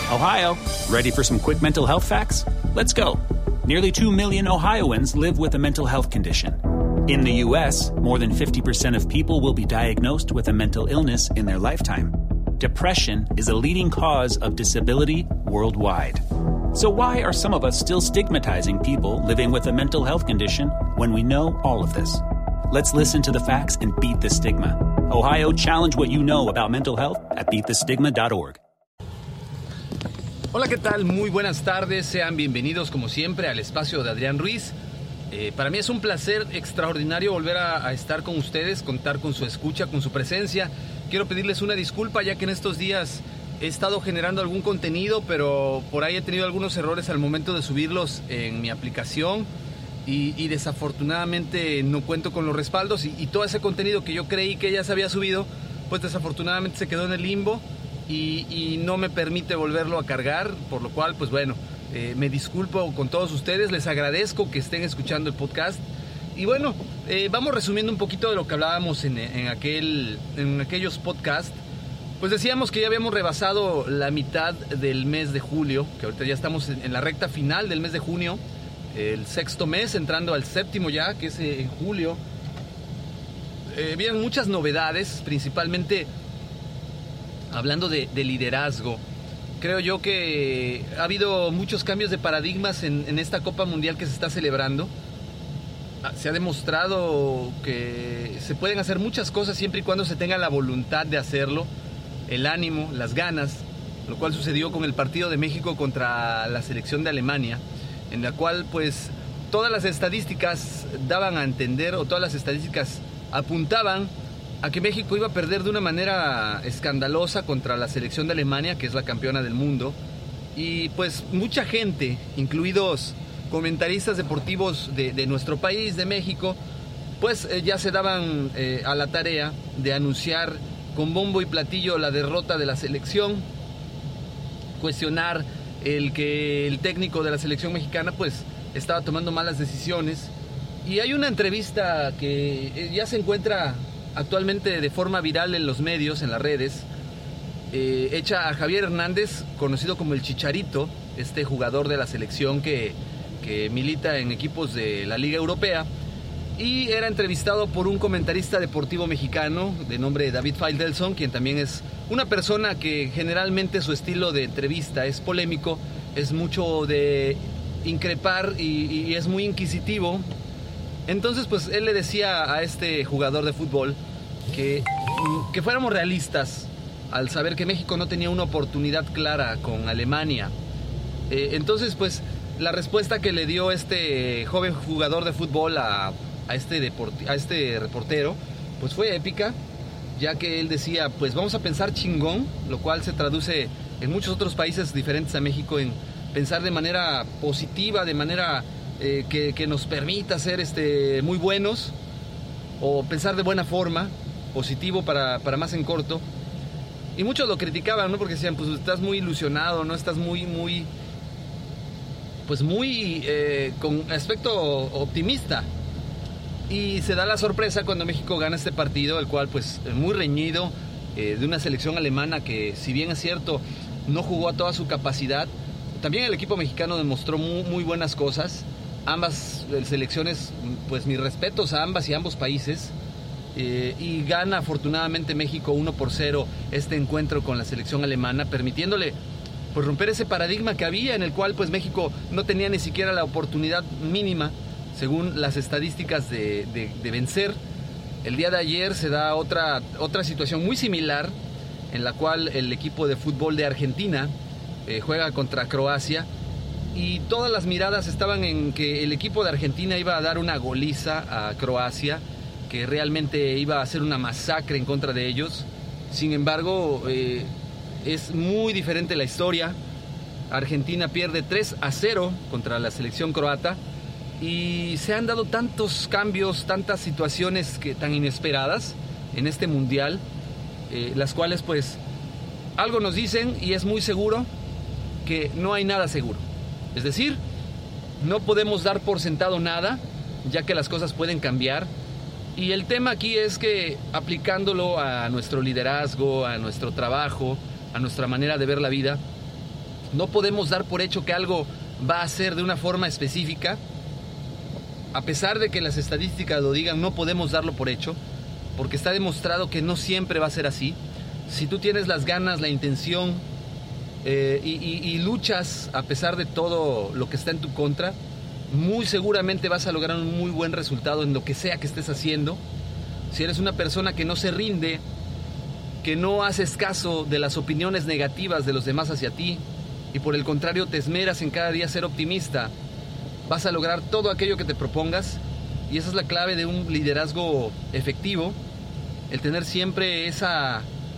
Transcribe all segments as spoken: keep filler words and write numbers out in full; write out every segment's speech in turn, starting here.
Ohio, ready for some quick mental health facts? Let's go. Nearly two million Ohioans live with a mental health condition. In the U S, more than fifty percent of people will be diagnosed with a mental illness in their lifetime. Depression is a leading cause of disability worldwide. So why are some of us still stigmatizing people living with a mental health condition when we know all of this? Let's listen to the facts and beat the stigma. Ohio, challenge what you know about mental health at beat the stigma dot org. Hola, ¿qué tal? Muy buenas tardes. Sean bienvenidos, como siempre, al espacio de Adrián Ruiz. Eh, para mí es un placer extraordinario volver a, a estar con ustedes, contar con su escucha, con su presencia. Quiero pedirles una disculpa, ya que en estos días he estado generando algún contenido, pero por ahí he tenido algunos errores al momento de subirlos en mi aplicación y, y desafortunadamente no cuento con los respaldos y, y todo ese contenido que yo creí que ya se había subido, pues desafortunadamente se quedó en el limbo y, y no me permite volverlo a cargar, por lo cual, pues bueno, eh, me disculpo con todos ustedes, les agradezco que estén escuchando el podcast. Y bueno, eh, vamos resumiendo un poquito de lo que hablábamos en, en, aquel, en aquellos podcasts. Pues decíamos que ya habíamos rebasado la mitad del mes de julio, que ahorita ya estamos en, en la recta final del mes de junio, el sexto mes, entrando al séptimo ya, que es eh, en julio. Eh, vienen muchas novedades, principalmente hablando de, de liderazgo. Creo yo que ha habido muchos cambios de paradigmas en, en esta Copa Mundial que se está celebrando. Se ha demostrado que se pueden hacer muchas cosas siempre y cuando se tenga la voluntad de hacerlo, el ánimo, las ganas, lo cual sucedió con el partido de México contra la selección de Alemania, en la cual pues todas las estadísticas daban a entender, o todas las estadísticas apuntaban a que México iba a perder de una manera escandalosa contra la selección de Alemania, que es la campeona del mundo, y pues mucha gente, incluidos comentaristas deportivos de, de nuestro país, de México, pues eh, ya se daban eh, a la tarea de anunciar con bombo y platillo la derrota de la selección, cuestionar el que el técnico de la selección mexicana pues estaba tomando malas decisiones. Y hay una entrevista que ya se encuentra actualmente de forma viral en los medios, en las redes, eh, hecha a Javier Hernández, conocido como el Chicharito, este jugador de la selección que que milita en equipos de la Liga Europea, y era entrevistado por un comentarista deportivo mexicano de nombre David Faitelson, quien también es una persona que generalmente su estilo de entrevista es polémico, es mucho de increpar y, y es muy inquisitivo. Entonces pues él le decía a este jugador de fútbol que, que fuéramos realistas al saber que México no tenía una oportunidad clara con Alemania. Eh, entonces pues la respuesta que le dio este joven jugador de fútbol a, a, este deporti- a este reportero, pues fue épica, ya que él decía, pues vamos a pensar chingón, lo cual se traduce en muchos otros países diferentes a México en pensar de manera positiva, de manera eh, que, que nos permita ser este, muy buenos, o pensar de buena forma, positivo para, para más en corto. Y muchos lo criticaban, ¿no? Porque decían, pues estás muy ilusionado, ¿no? Estás muy, muy... pues muy eh, con aspecto optimista, y se da la sorpresa cuando México gana este partido, el cual pues muy reñido, eh, de una selección alemana que, si bien es cierto, no jugó a toda su capacidad, también el equipo mexicano demostró muy, muy buenas cosas. Ambas selecciones, pues mis respetos a ambas y a ambos países, eh, y gana afortunadamente México uno por cero este encuentro con la selección alemana, permitiéndole pues romper ese paradigma que había, en el cual pues México no tenía ni siquiera la oportunidad mínima, según las estadísticas, de, de, de vencer. El día de ayer se da otra, otra situación muy similar, en la cual el equipo de fútbol de Argentina eh, juega contra Croacia, y todas las miradas estaban en que el equipo de Argentina iba a dar una goliza a Croacia, que realmente iba a hacer una masacre en contra de ellos. Sin embargo, eh, es muy diferente la historia. Argentina pierde tres a cero contra la selección croata, y se han dado tantos cambios, tantas situaciones que, tan inesperadas en este mundial, eh, las cuales pues algo nos dicen, y es muy seguro que no hay nada seguro. Es decir, no podemos dar por sentado nada, ya que las cosas pueden cambiar. Y el tema aquí es que, aplicándolo a nuestro liderazgo, a nuestro trabajo, a nuestra manera de ver la vida, No podemos dar por hecho que algo va a ser de una forma específica. A pesar de que las estadísticas lo digan, no podemos darlo por hecho, porque está demostrado que no siempre va a ser así. Si tú tienes las ganas, la intención eh, y, y, y luchas a pesar de todo lo que está en tu contra, muy seguramente vas a lograr un muy buen resultado en lo que sea que estés haciendo. Si eres una persona que no se rinde, que no haces caso de las opiniones negativas de los demás hacia ti y por el contrario te esmeras en cada día ser optimista, vas a lograr todo aquello que te propongas. Y esa es la clave de un liderazgo efectivo, el tener siempre esa,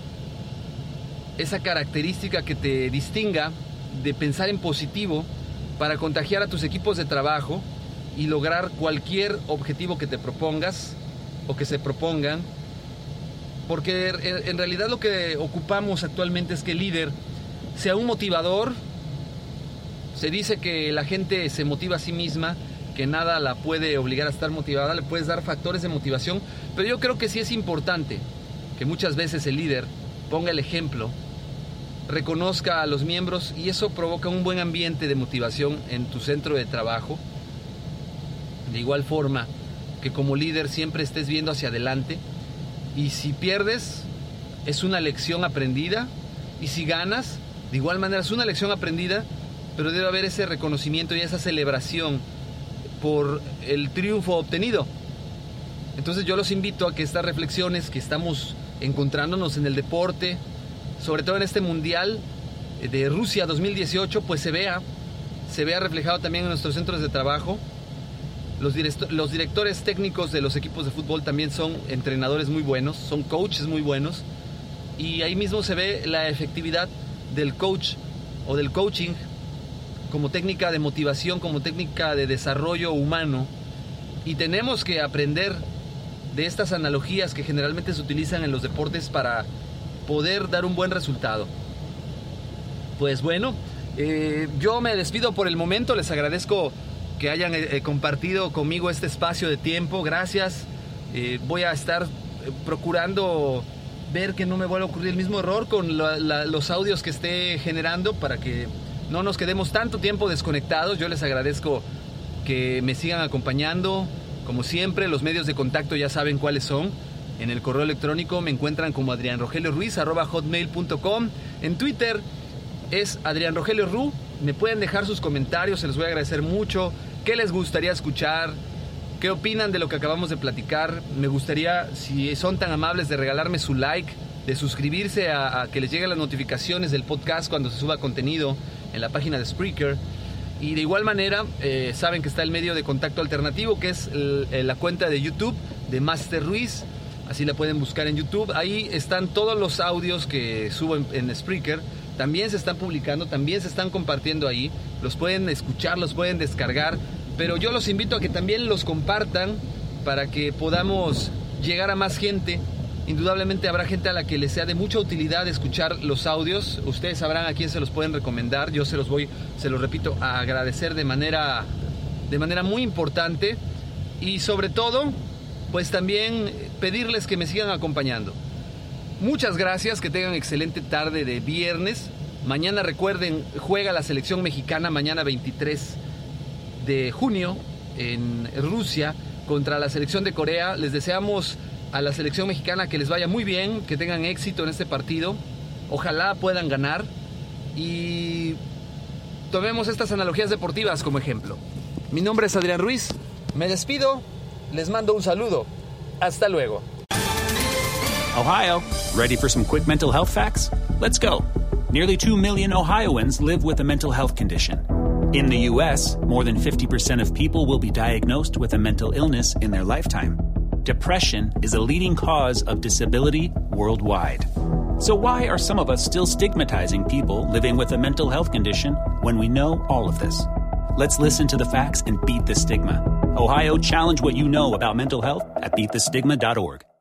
esa característica que te distinga de pensar en positivo para contagiar a tus equipos de trabajo y lograr cualquier objetivo que te propongas o que se propongan. Porque en realidad lo que ocupamos actualmente es que el líder sea un motivador. Se dice que la gente se motiva a sí misma, que nada la puede obligar a estar motivada, le puedes dar factores de motivación, pero yo creo que sí es importante que muchas veces el líder ponga el ejemplo, reconozca a los miembros y eso provoca un buen ambiente de motivación en tu centro de trabajo. De igual forma que como líder siempre estés viendo hacia adelante y si pierdes es una lección aprendida y si ganas de igual manera es una lección aprendida, pero debe haber ese reconocimiento y esa celebración por el triunfo obtenido. Entonces yo los invito a que estas reflexiones que estamos encontrándonos en el deporte, sobre todo en este Mundial de Rusia dos mil dieciocho, pues se vea, se vea reflejado también en nuestros centros de trabajo. Los, directo, los directores técnicos de los equipos de fútbol también son entrenadores muy buenos, son coaches muy buenos, y ahí mismo se ve la efectividad del coach o del coaching como técnica de motivación, como técnica de desarrollo humano. Y tenemos que aprender de estas analogías que generalmente se utilizan en los deportes para poder dar un buen resultado. Pues bueno, eh, yo me despido por el momento, les agradezco que hayan eh, compartido conmigo este espacio de tiempo, gracias. Eh, voy a estar eh, procurando ver que no me vuelva a ocurrir el mismo error con la, la, los audios que esté generando para que no nos quedemos tanto tiempo desconectados. Yo les agradezco que me sigan acompañando. Como siempre, los medios de contacto ya saben cuáles son. En el correo electrónico me encuentran como adrian rogelio ruiz arroba hotmail punto com. En Twitter es Adrián Rogelio Ru. Me pueden dejar sus comentarios, se los voy a agradecer mucho. ¿Qué les gustaría escuchar? ¿Qué opinan de lo que acabamos de platicar? Me gustaría, si son tan amables, de regalarme su like, de suscribirse a, a que les lleguen las notificaciones del podcast cuando se suba contenido en la página de Spreaker. Y de igual manera, eh, saben que está el medio de contacto alternativo, que es el, el, la cuenta de YouTube de Master Ruiz. Así la pueden buscar en YouTube. Ahí están todos los audios que subo en, en Spreaker. También se están publicando, también se están compartiendo ahí. Los pueden escuchar, los pueden descargar. Pero yo los invito a que también los compartan para que podamos llegar a más gente. Indudablemente habrá gente a la que les sea de mucha utilidad escuchar los audios. Ustedes sabrán a quién se los pueden recomendar. Yo se los voy, se los repito, a agradecer de manera, de manera muy importante. Y sobre todo, pues también pedirles que me sigan acompañando. Muchas gracias, que tengan excelente tarde de viernes. Mañana, recuerden, juega la selección mexicana mañana veintitrés de junio en Rusia contra la selección de Corea. Les deseamos a la selección mexicana que les vaya muy bien, que tengan éxito en este partido. Ojalá puedan ganar y tomemos estas analogías deportivas como ejemplo. Mi nombre es Adrián Ruiz, me despido, les mando un saludo. Hasta luego. Ohio, ready for some quick mental health facts? Let's go. Nearly two million Ohioans live with a mental health condition. In the U S, more than fifty percent of people will be diagnosed with a mental illness in their lifetime. Depression is a leading cause of disability worldwide. So why are some of us still stigmatizing people living with a mental health condition when we know all of this? Let's listen to the facts and beat the stigma. Ohio, challenge what you know about mental health at beat the stigma dot org.